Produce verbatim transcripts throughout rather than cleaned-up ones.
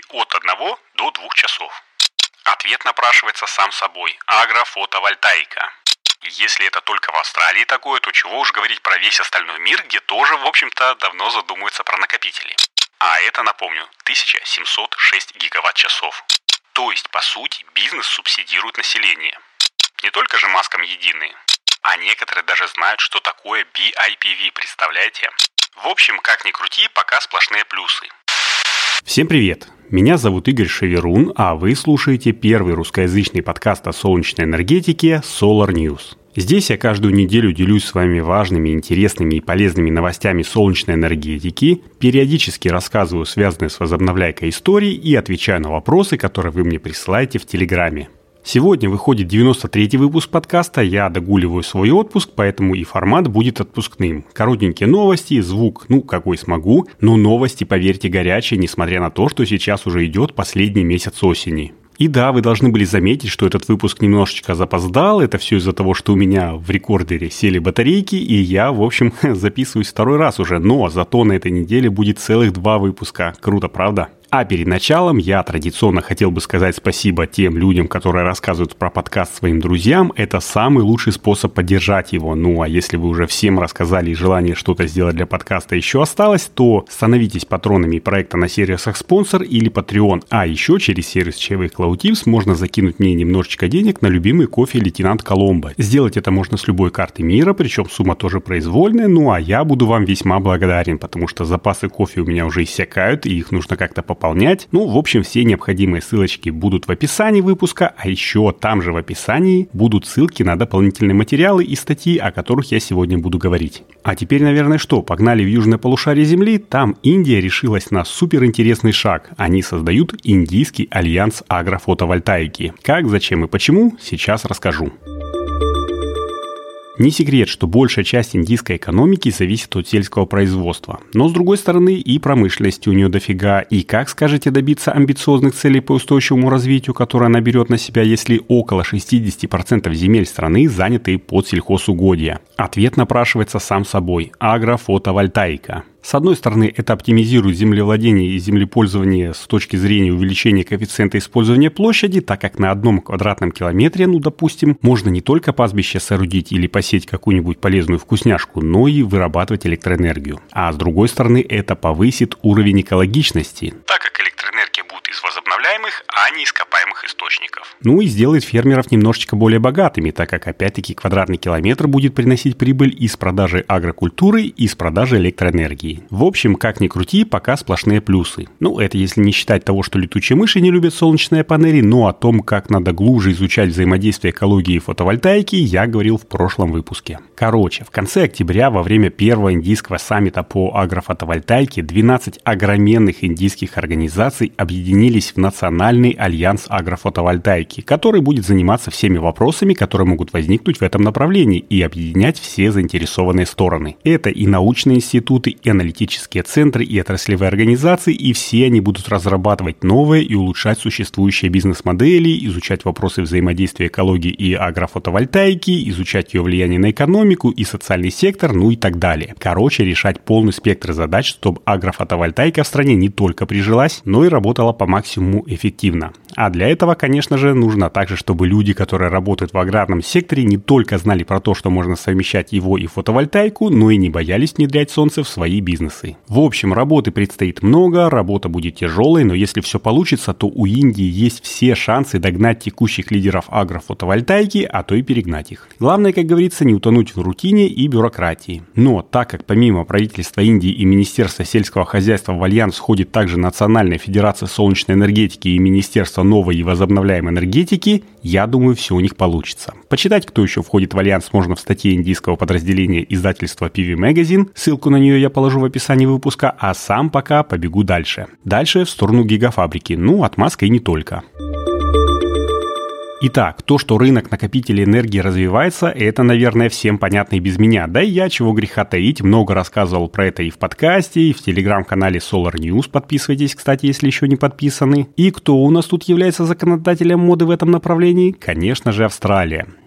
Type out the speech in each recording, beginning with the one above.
от одного до двух часов. Ответ напрашивается сам собой – агрофотовольтаика. Если это только в Австралии такое, то чего уж говорить про весь остальной мир, где тоже, в общем-то, давно задумываются про накопители. А это, напомню, тысяча семьсот шесть гигаватт-часов. То есть, по сути, бизнес субсидирует население. Не только же маскам единые, а некоторые даже знают, что такое би ай пи ви, представляете? В общем, как ни крути, пока сплошные плюсы. Всем привет! Меня зовут Игорь Шеверун, а вы слушаете первый русскоязычный подкаст о солнечной энергетике Solar News. Здесь я каждую неделю делюсь с вами важными, интересными и полезными новостями солнечной энергетики, периодически рассказываю связанные с возобновляйкой истории и отвечаю на вопросы, которые вы мне присылаете в Телеграме. Сегодня выходит девяносто третий выпуск подкаста, я догуливаю свой отпуск, поэтому и формат будет отпускным. Коротенькие новости, звук, ну какой смогу, но новости, поверьте, горячие, несмотря на то, что сейчас уже идет последний месяц осени. И да, вы должны были заметить, что этот выпуск немножечко запоздал, это все из-за того, что у меня в рекордере сели батарейки, и я, в общем, записываюсь второй раз уже, но зато на этой неделе будет целых два выпуска. Круто, правда? А перед началом я традиционно хотел бы сказать спасибо тем людям, которые рассказывают про подкаст своим друзьям. Это самый лучший способ поддержать его. Ну, а если вы уже всем рассказали и желание что-то сделать для подкаста еще осталось, то становитесь патронами проекта на сервисах спонсор или Patreon. А еще через сервис чаевых CloudTips можно закинуть мне немножечко денег на любимый кофе Лейтенант Коломбо. Сделать это можно с любой карты мира, причем сумма тоже произвольная. Ну, а я буду вам весьма благодарен, потому что запасы кофе у меня уже иссякают, и их нужно как-то пополнять. Пополнять. Ну, в общем, все необходимые ссылочки будут в описании выпуска, а еще там же в описании будут ссылки на дополнительные материалы и статьи, о которых я сегодня буду говорить. А теперь, наверное, что? Погнали в южное полушарие Земли. Там Индия решилась на суперинтересный шаг. Они создают Индийский альянс агрофотовольтаики. Как, зачем и почему, сейчас расскажу. Не секрет, что большая часть индийской экономики зависит от сельского производства. Но, с другой стороны, и промышленности у нее дофига. И как, скажете, добиться амбициозных целей по устойчивому развитию, которые она берет на себя, если около шестьдесят процентов земель страны заняты под сельхозугодия? Ответ напрашивается сам собой – агрофотовольтаика. С одной стороны, это оптимизирует землевладение и землепользование с точки зрения увеличения коэффициента использования площади, так как на одном квадратном километре, ну, допустим, можно не только пастбище соорудить или посеять какую-нибудь полезную вкусняшку, но и вырабатывать электроэнергию. А с другой стороны, это повысит уровень экологичности, так как электроэнергия будет из возобновляемых, а не ископаемых источников. Ну и сделает фермеров немножечко более богатыми, так как опять-таки квадратный километр будет приносить прибыль из продажи агрокультуры и из продажи электроэнергии. В общем, как ни крути, пока сплошные плюсы. Ну, это если не считать того, что летучие мыши не любят солнечные панели, но о том, как надо глубже изучать взаимодействие экологии и фотовольтаики, я говорил в прошлом выпуске. Короче, в конце октября во время первого индийского саммита по агрофотовольтайке двенадцать огроменных индийских организаций объединились в Национальный альянс агрофотовольтаики, который будет заниматься всеми вопросами, которые могут возникнуть в этом направлении, и объединять все заинтересованные стороны. Это и научные институты, и аналитические центры, и отраслевые организации, и все они будут разрабатывать новые и улучшать существующие бизнес-модели, изучать вопросы взаимодействия экологии и агрофотовольтаики, изучать ее влияние на экономику и социальный сектор, ну и так далее. Короче, решать полный спектр задач, чтобы агрофотовольтаика в стране не только прижилась, но и работала по максимуму эффективно. А для этого, конечно же, нужно также, чтобы люди, которые работают в аграрном секторе, не только знали про то, что можно совмещать его и фотовольтайку, но и не боялись внедрять солнце в свои бизнесы. В общем, работы предстоит много, работа будет тяжелой, но если все получится, то у Индии есть все шансы догнать текущих лидеров агрофотовольтайки, а то и перегнать их. Главное, как говорится, не утонуть в рутине и бюрократии. Но так как помимо правительства Индии и Министерства сельского хозяйства в альянс входит также Национальная федерация солнечной энергетики и Министерство новой и возобновляемой энергетики, я думаю, все у них получится. Почитать, кто еще входит в альянс, можно в статье индийского подразделения издательства пи ви Magazine, ссылку на нее я положу в описании выпуска, а сам пока побегу дальше. Дальше в сторону гигафабрики, ну, отмазка и не только. Итак, то, что рынок накопителей энергии развивается, это, наверное, всем понятно и без меня. Да и я, чего греха таить, много рассказывал про это и в подкасте, и в телеграм-канале Solar News. Подписывайтесь, кстати, если еще не подписаны. И кто у нас тут является законодателем моды в этом направлении? Конечно же, Австралия.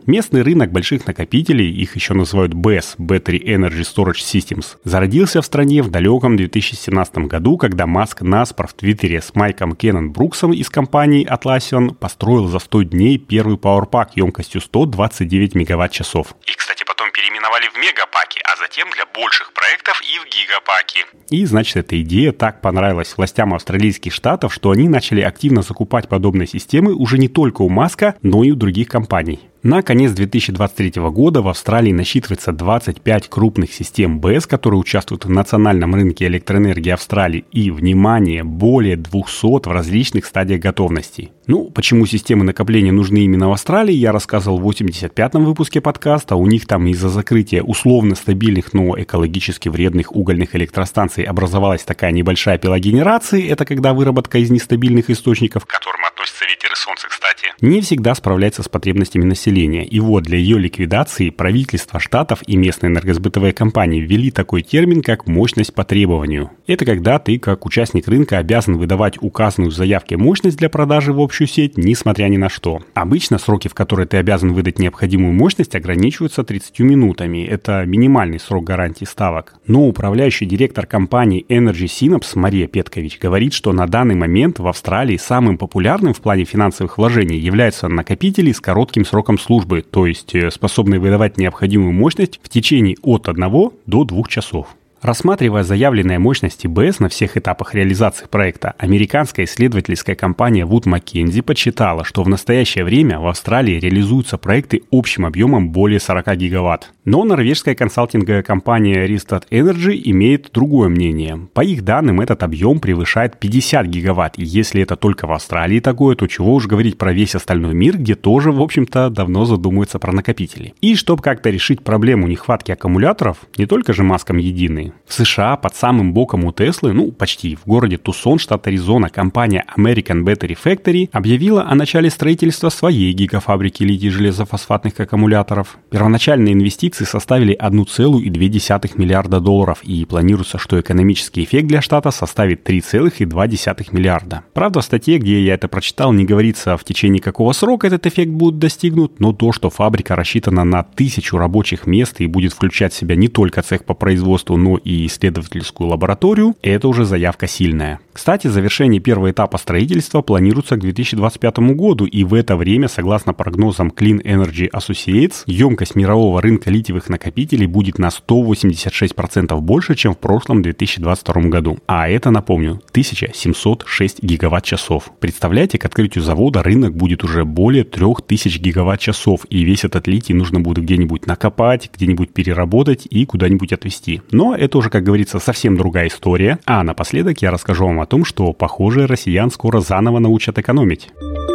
Местный рынок больших накопителей, их еще называют би и эс – Battery Energy Storage Systems, зародился в стране в далеком две тысячи семнадцатом году, когда Маск наспор в Твиттере с Майком Кеннон Бруксом из компании Atlassian построил за сто дней первый пауэрпак емкостью сто двадцать девять мегаватт-часов. И, кстати, потом переименовали в мегапаки, а затем для больших проектов и в гигапаки. И, значит, эта идея так понравилась властям австралийских штатов, что они начали активно закупать подобные системы уже не только у Маска, но и у других компаний. На конец две тысячи двадцать третьего года в Австралии насчитывается двадцать пять крупных систем би и эс, которые участвуют в национальном рынке электроэнергии Австралии, и, внимание, более двухсот в различных стадиях готовности. Ну, почему системы накопления нужны именно в Австралии, я рассказывал в восемьдесят пятом выпуске подкаста. У них там из-за закрытия условно стабильных, но экологически вредных угольных электростанций образовалась такая небольшая пила генерации. Это когда выработка из нестабильных источников, к которым относятся ветер и солнце, кстати, не всегда справляется с потребностями населения. И вот для ее ликвидации правительство штатов и местные энергосбытовые компании ввели такой термин, как мощность по требованию. Это когда ты, как участник рынка, обязан выдавать указанную в заявке мощность для продажи в общую сеть, несмотря ни на что. Обычно сроки, в которые ты обязан выдать необходимую мощность, ограничиваются тридцатью минутами. Это минимальный срок гарантии ставок. Но управляющий директор компании Energy Synapse Мария Петкович говорит, что на данный момент в Австралии самым популярным в плане финансовых вложений являются накопители с коротким сроком службы, то есть способные выдавать необходимую мощность в течение от одного до двух часов. Рассматривая заявленные мощности би и эс на всех этапах реализации проекта, американская исследовательская компания Wood Mackenzie подсчитала, что в настоящее время в Австралии реализуются проекты общим объемом более сорок гигаватт. Но норвежская консалтинговая компания Rystad Energy имеет другое мнение. По их данным, этот объем превышает пятьдесят гигаватт, и если это только в Австралии такое, то чего уж говорить про весь остальной мир, где тоже, в общем-то, давно задумываются про накопители. И чтобы как-то решить проблему нехватки аккумуляторов, не только же Маском единый, в США под самым боком у Теслы, ну почти, в городе Тусон, штат Аризона, компания American Battery Factory объявила о начале строительства своей гигафабрики литий-железофосфатных аккумуляторов. Первоначальные инвестиции составили одна целая две десятых миллиарда долларов, и планируется, что экономический эффект для штата составит три целых две десятых миллиарда. Правда, в статье, где я это прочитал, не говорится, в течение какого срока этот эффект будет достигнут, но то, что фабрика рассчитана на тысячу рабочих мест и будет включать в себя не только цех по производству, но и исследовательскую лабораторию, это уже заявка сильная. Кстати, завершение первого этапа строительства планируется к две тысячи двадцать пятому году, и в это время, согласно прогнозам Clean Energy Associates, емкость мирового рынка литиевых накопителей будет на сто восемьдесят шесть процентов больше, чем в прошлом две тысячи двадцать втором году. А это, напомню, тысяча семьсот шесть гигаватт-часов. Представляете, к открытию завода рынок будет уже более трех тысяч гигаватт-часов, и весь этот литий нужно будет где-нибудь накопать, где-нибудь переработать и куда-нибудь отвезти. Но это уже, как говорится, совсем другая история. А напоследок я расскажу вам о том, что, похоже, россиян скоро заново научат экономить.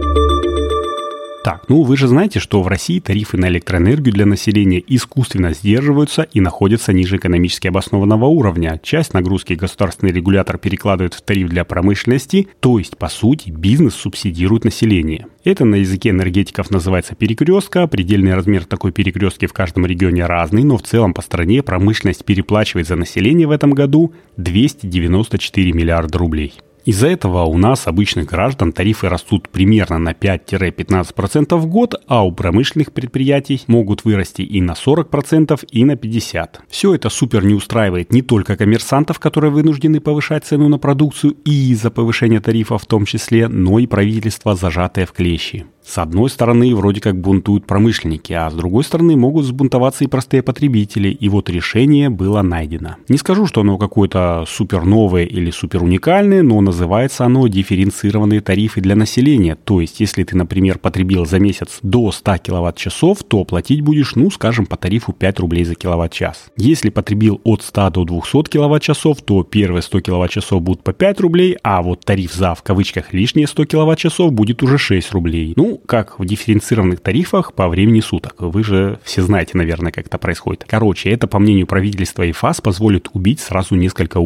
Так, ну вы же знаете, что в России тарифы на электроэнергию для населения искусственно сдерживаются и находятся ниже экономически обоснованного уровня. Часть нагрузки государственный регулятор перекладывает в тариф для промышленности, то есть, по сути, бизнес субсидирует население. Это на языке энергетиков называется перекрестка. Предельный размер такой перекрестки в каждом регионе разный, но в целом по стране промышленность переплачивает за население в этом году двести девяносто четыре миллиарда рублей. Из-за этого у нас, обычных граждан, тарифы растут примерно на пять-пятнадцать процентов в год, а у промышленных предприятий могут вырасти и на сорок процентов, и на пятьдесят процентов. Все это супер не устраивает не только коммерсантов, которые вынуждены повышать цену на продукцию и из-за повышения тарифа в том числе, но и правительство, зажатое в клещи. С одной стороны, вроде как бунтуют промышленники, а с другой стороны, могут взбунтоваться и простые потребители. И вот решение было найдено. Не скажу, что оно какое-то супер новое или супер уникальное, но называется оно дифференцированные тарифы для населения. То есть, если ты, например, потребил за месяц до ста киловатт-часов, то платить будешь, ну, скажем, по тарифу пять рублей за киловатт-час. Если потребил от ста до двухсот киловатт-часов, то первые сто киловатт-часов будут по пять рублей, а вот тариф за, в кавычках, лишние сто киловатт-часов будет уже шесть рублей. Ну, как в дифференцированных тарифах по времени суток. Вы же все знаете, наверное, как это происходит. Короче, это, по мнению правительства и ФАС, позволит убить сразу несколько уток.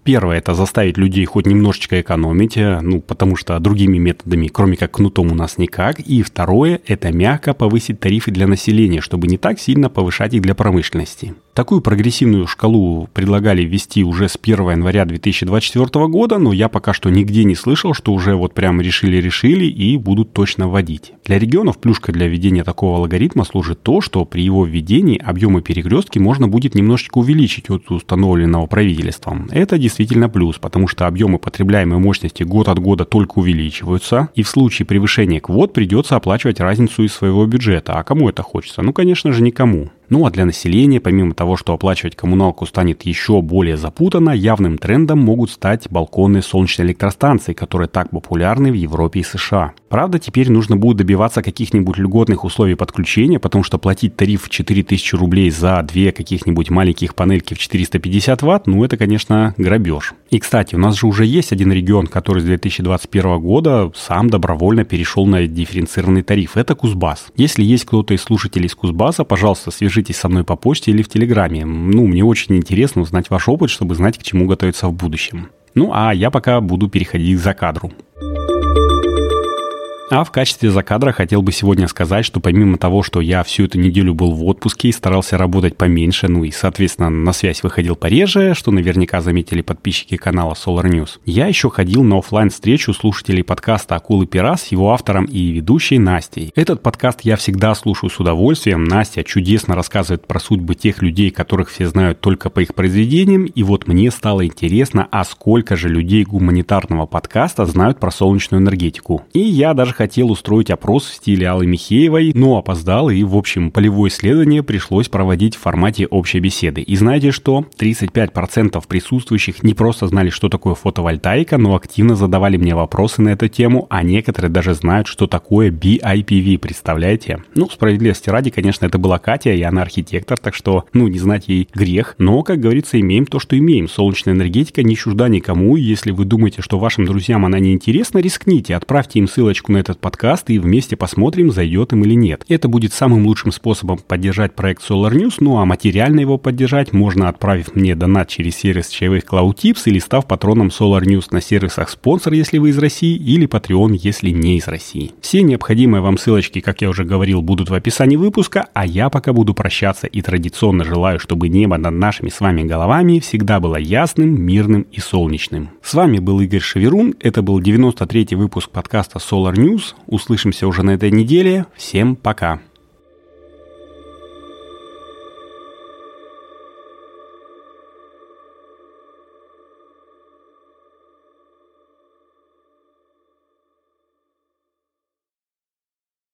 Первое – это заставить людей хоть немножечко экономить, ну, потому что другими методами, кроме как кнутом, у нас никак. И второе – это мягко повысить тарифы для населения, чтобы не так сильно повышать их для промышленности. Такую прогрессивную шкалу предлагали ввести уже с первого января две тысячи двадцать четвёртого года, но я пока что нигде не слышал, что уже вот прям решили-решили и будут точно вводить. Для регионов плюшка для введения такого алгоритма служит то, что при его введении объемы перекрестки можно будет немножечко увеличить от установленного правительством. Это действительно плюс, потому что объемы потребляемой мощности год от года только увеличиваются, и в случае превышения квот придется оплачивать разницу из своего бюджета. А кому это хочется? Ну, конечно же, никому. Ну а для населения, помимо того, что оплачивать коммуналку станет еще более запутанно, явным трендом могут стать балконные солнечные электростанции, которые так популярны в Европе и США. Правда, теперь нужно будет добиваться каких-нибудь льготных условий подключения, потому что платить тариф в четыре тысячи рублей за две каких-нибудь маленьких панельки в четыреста пятьдесят ватт, ну это, конечно, грабеж. И, кстати, у нас же уже есть один регион, который с две тысячи двадцать первого года сам добровольно перешел на дифференцированный тариф. Это Кузбасс. Если есть кто-то из слушателей из Кузбасса, пожалуйста, свяжитесь Свяжитесь со мной по почте или в Телеграме. Ну, мне очень интересно узнать ваш опыт, чтобы знать, к чему готовиться в будущем. Ну, а я пока буду переходить к закадру. А в качестве закадра хотел бы сегодня сказать, что помимо того, что я всю эту неделю был в отпуске и старался работать поменьше, ну и, соответственно, на связь выходил пореже, что наверняка заметили подписчики канала Solar News, я еще ходил на офлайн-встречу слушателей подкаста «Акулы Пера» с его автором и ведущей Настей. Этот подкаст я всегда слушаю с удовольствием. Настя чудесно рассказывает про судьбы тех людей, которых все знают только по их произведениям, и вот мне стало интересно, а сколько же людей гуманитарного подкаста знают про солнечную энергетику. И я даже хотел устроить опрос в стиле Аллы Михеевой, но опоздал, и, в общем, полевое исследование пришлось проводить в формате общей беседы. И знаете что? тридцать пять процентов присутствующих не просто знали, что такое фотовольтаика, но активно задавали мне вопросы на эту тему, а некоторые даже знают, что такое би ай пи ви, представляете? Ну, справедливости ради, конечно, это была Катя, и она архитектор, так что, ну, не знать ей грех. Но, как говорится, имеем то, что имеем. Солнечная энергетика не чужда никому, и если вы думаете, что вашим друзьям она не интересна, рискните, отправьте им ссылочку на этот подкаст и вместе посмотрим, зайдет им или нет. Это будет самым лучшим способом поддержать проект Solar News, ну а материально его поддержать можно, отправив мне донат через сервис чаевых CloudTips или став патроном Solar News на сервисах спонсор, если вы из России, или Patreon, если не из России. Все необходимые вам ссылочки, как я уже говорил, будут в описании выпуска, а я пока буду прощаться и традиционно желаю, чтобы небо над нашими с вами головами всегда было ясным, мирным и солнечным. С вами был Игорь Шеверун, это был девяносто третий выпуск подкаста Solar News. Услышимся уже на этой неделе. Всем пока!